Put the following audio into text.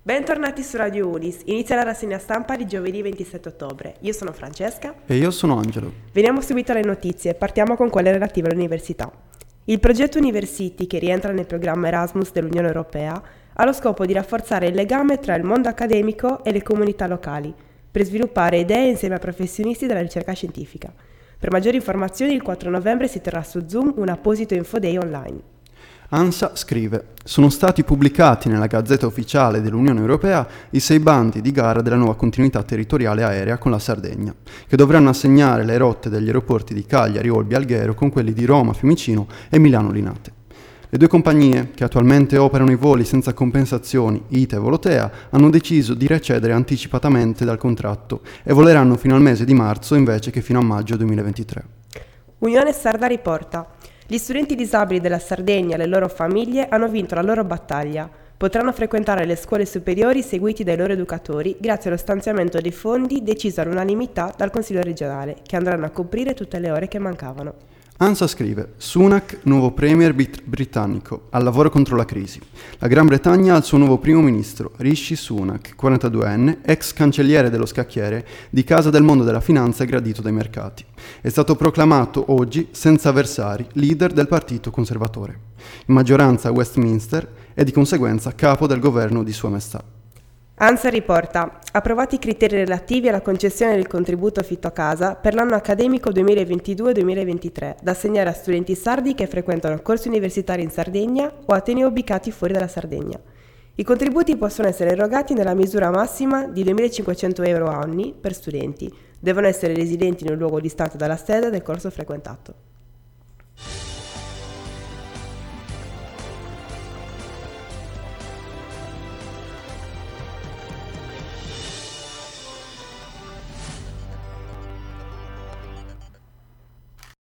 Bentornati su Radio Unis, inizia la rassegna stampa di giovedì 27 ottobre. Io sono Francesca. E io sono Angelo. Veniamo subito alle notizie, partiamo con quelle relative all'università. Il progetto University, che rientra nel programma Erasmus dell'Unione Europea, ha lo scopo di rafforzare il legame tra il mondo accademico e le comunità locali, per sviluppare idee insieme a professionisti della ricerca scientifica. Per maggiori informazioni il 4 novembre si terrà su Zoom un apposito Info Day online. ANSA scrive: sono stati pubblicati nella Gazzetta Ufficiale dell'Unione Europea i 6 bandi di gara della nuova continuità territoriale aerea con la Sardegna, che dovranno assegnare le rotte degli aeroporti di Cagliari, Olbia e Alghero con quelli di Roma, Fiumicino e Milano Linate. Le due compagnie, che attualmente operano i voli senza compensazioni, ITA e Volotea, hanno deciso di recedere anticipatamente dal contratto e voleranno fino al mese di marzo invece che fino a maggio 2023. Unione Sarda riporta: gli studenti disabili della Sardegna e le loro famiglie hanno vinto la loro battaglia. Potranno frequentare le scuole superiori seguiti dai loro educatori grazie allo stanziamento dei fondi deciso all'unanimità dal Consiglio regionale, che andranno a coprire tutte le ore che mancavano. ANSA scrive: Sunak, nuovo premier britannico, al lavoro contro la crisi. La Gran Bretagna ha il suo nuovo primo ministro, Rishi Sunak, 42enne, ex cancelliere dello scacchiere di Casa del Mondo della Finanza e gradito dai mercati. È stato proclamato oggi, senza avversari, leader del Partito Conservatore. In maggioranza a Westminster e di conseguenza capo del governo di Sua Maestà. ANSA riporta: approvati i criteri relativi alla concessione del contributo affitto a casa per l'anno accademico 2022-2023, da assegnare a studenti sardi che frequentano corsi universitari in Sardegna o atenei ubicati fuori dalla Sardegna. I contributi possono essere erogati nella misura massima di 2.500 euro annui per studenti. Devono essere residenti in un luogo distante dalla sede del corso frequentato.